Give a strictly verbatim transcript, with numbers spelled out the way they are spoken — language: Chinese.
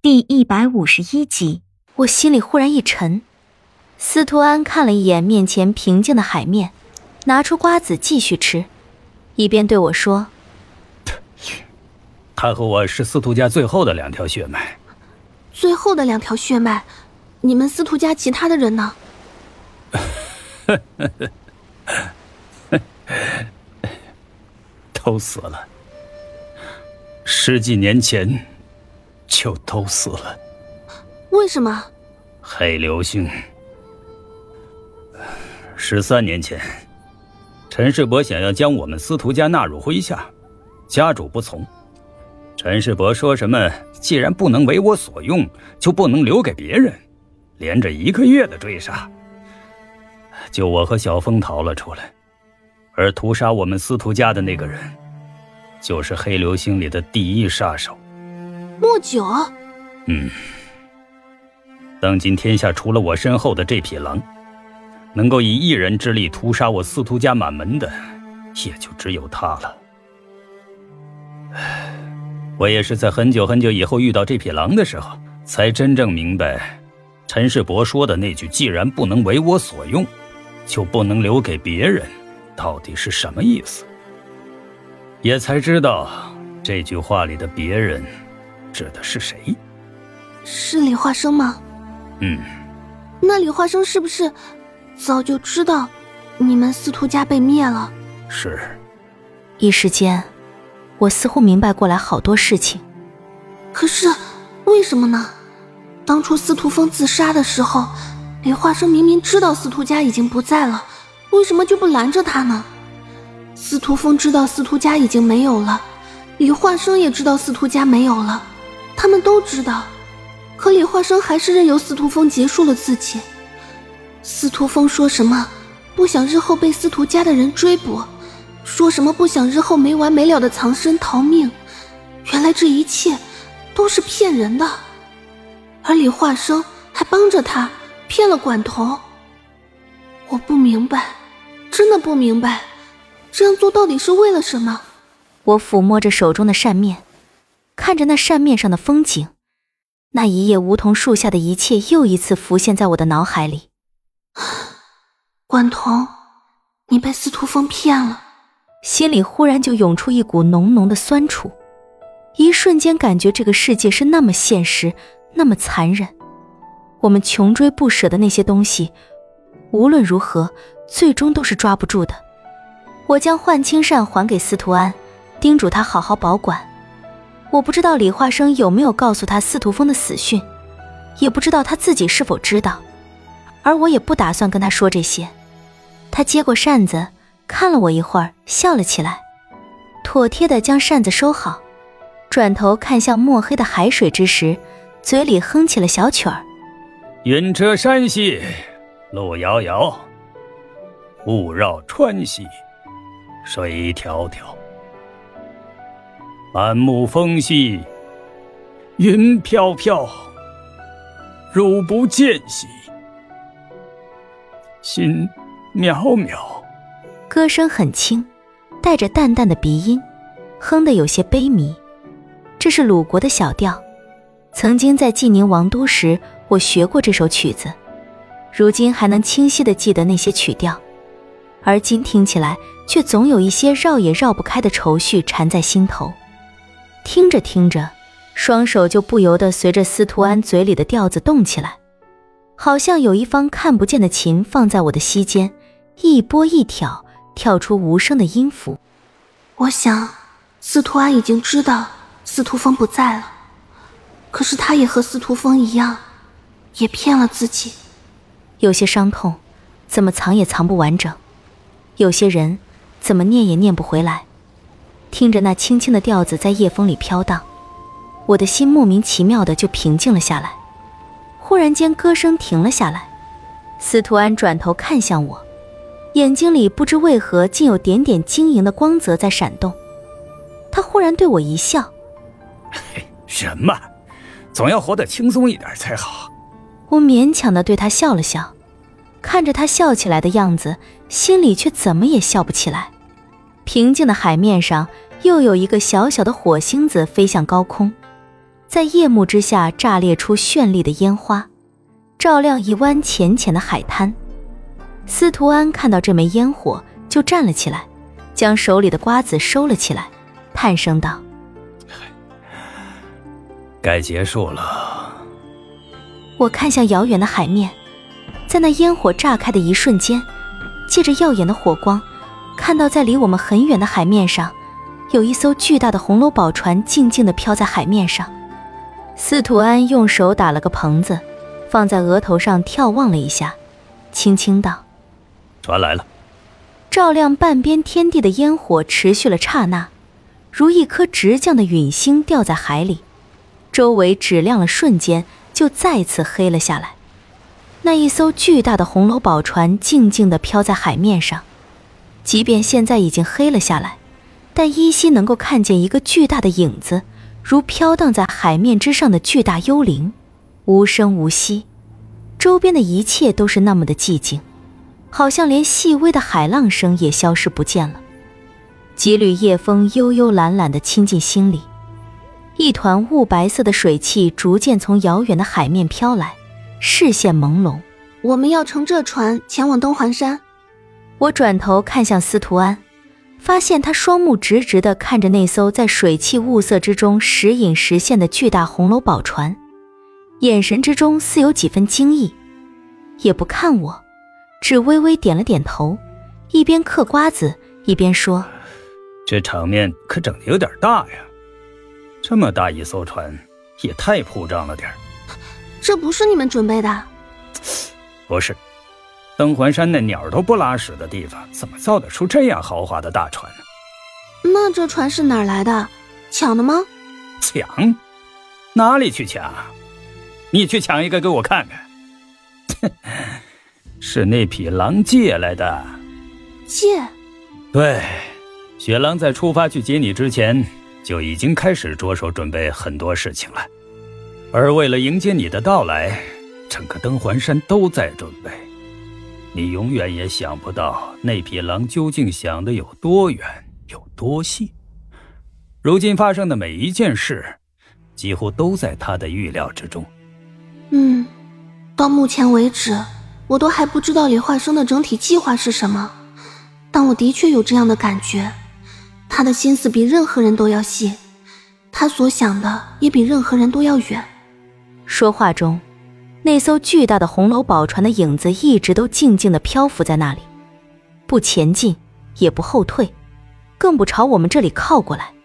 第一百五十一集。 我心里忽然一沉。司徒安看了一眼面前平静的海面，拿出瓜子继续吃，一边对我说： 他和我是司徒家最后的两条血脉。 最后的两条血脉？你们司徒家其他的人呢？ 都死了，十几年前就都死了。 为什么？ 黑流星。十三年前，陈世伯想要将我们司徒家纳入麾下，家主不从。陈世伯说什么既然不能为我所用，就不能留给别人，连着一个月的追杀，就我和小峰逃了出来。而屠杀我们司徒家的那个人，就是黑流星里的第一杀手莫九。 嗯，当今天下除了我身后的这匹狼，能够以一人之力屠杀我司徒家满门的，也就只有他了。我也是在很久很久以后遇到这匹狼的时候，才真正明白陈世伯说的那句既然不能为我所用，就不能留给别人到底是什么意思，也才知道这句话里的别人指的是谁。 是李化生吗？ 嗯。 那李化生是不是早就知道你们司徒家被灭了？ 是。 一时间我似乎明白过来好多事情。 可是为什么呢？当初司徒风自杀的时候，李化生明明知道司徒家已经不在了，为什么就不拦着他呢？司徒风知道司徒家已经没有了，李化生也知道司徒家没有了，他们都知道，可李化生还是任由司徒风结束了自己。司徒风说什么不想日后被司徒家的人追捕，说什么不想日后没完没了的藏身逃命，原来这一切都是骗人的，而李化生还帮着他骗了管头。我不明白，真的不明白，这样做到底是为了什么？ 我抚摸着手中的扇面，看着那扇面上的风景，那一叶梧桐树下的一切又一次浮现在我的脑海里。 管头，你被司徒风骗了。 心里忽然就涌出一股浓浓的酸楚，一瞬间感觉这个世界是那么现实，那么残忍。我们穷追不舍的那些东西，无论如何最终都是抓不住的。我将幻青扇还给司徒安，叮嘱他好好保管。我不知道李化生有没有告诉他司徒风的死讯，也不知道他自己是否知道，而我也不打算跟他说这些。他接过扇子，看了我一会儿，笑了起来，妥帖地将扇子收好，转头看向墨黑的海水之时，嘴里哼起了小曲儿： 云遮山兮路遥遥，雾绕川兮水迢迢，满目风兮云飘飘，汝不见兮心渺渺。 歌声很轻，带着淡淡的鼻音，哼得有些悲迷。这是鲁国的小调，曾经在晋宁王都时我学过这首曲子，如今还能清晰地记得那些曲调，而今听起来却总有一些绕也绕不开的愁绪缠在心头。听着听着，双手就不由得随着司徒安嘴里的调子动起来，好像有一方看不见的琴放在我的膝间，一拨一挑，跳出无声的音符。 我想司徒安已经知道司徒风不在了，可是他也和司徒风一样，也骗了自己。 有些伤痛怎么藏也藏不完整，有些人怎么念也念不回来。听着那轻轻的调子在夜风里飘荡，我的心莫名其妙的就平静了下来。忽然间歌声停了下来，司徒安转头看向我，眼睛里不知为何竟有点点晶莹的光泽在闪动。他忽然对我一笑： 什么？总要活得轻松一点才好。 我勉强地对他笑了笑，看着他笑起来的样子，心里却怎么也笑不起来。平静的海面上又有一个小小的火星子飞向高空， 在夜幕之下炸裂出绚丽的烟花，照亮一湾浅浅的海滩。司徒安看到这枚烟火，就站了起来，将手里的瓜子收了起来，叹声道： 该结束了。 我看向遥远的海面，在那烟火炸开的一瞬间，借着耀眼的火光，看到在离我们很远的海面上，有一艘巨大的红楼宝船静静地飘在海面上。司徒安用手打了个棚子，放在额头上眺望了一下，轻轻道： 船来了。 照亮半边天地的烟火持续了刹那，如一颗直降的陨星掉在海里，周围只亮了瞬间，就再次黑了下来。那一艘巨大的红楼宝船静静地飘在海面上，即便现在已经黑了下来，但依稀能够看见一个巨大的影子，如飘荡在海面之上的巨大幽灵，无声无息，周边的一切都是那么的寂静，好像连细微的海浪声也消失不见了。几缕夜风悠悠懒懒地侵进心里，一团雾白色的水汽逐渐从遥远的海面飘来，视线朦胧。 我们要乘这船前往登环山。 我转头看向司徒安，发现他双目直直地看着那艘在水汽雾色之中时隐时现的巨大红楼宝船，眼神之中似有几分惊异，也不看我，只微微点了点头，一边嗑瓜子一边说： 这场面可整得有点大呀，这么大一艘船也太铺张了点。 这不是你们准备的？ 不是，登环山那鸟都不拉屎的地方，怎么造得出这样豪华的大船呢？ 那这船是哪儿来的？抢的吗？ 抢？哪里去抢？你去抢一个给我看看。是那匹狼借来的。 借？ 对，雪狼在出发去接你之前，就已经开始着手准备很多事情了。而为了迎接你的到来，整个登环山都在准备。你永远也想不到那匹狼究竟想的有多远，有多细。如今发生的每一件事，几乎都在他的预料之中。 嗯，到目前为止，我都还不知道李化生的整体计划是什么，但我的确有这样的感觉，他的心思比任何人都要细，他所想的也比任何人都要远。 说话中，那艘巨大的红楼宝船的影子一直都静静地漂浮在那里，不前进，也不后退，更不朝我们这里靠过来。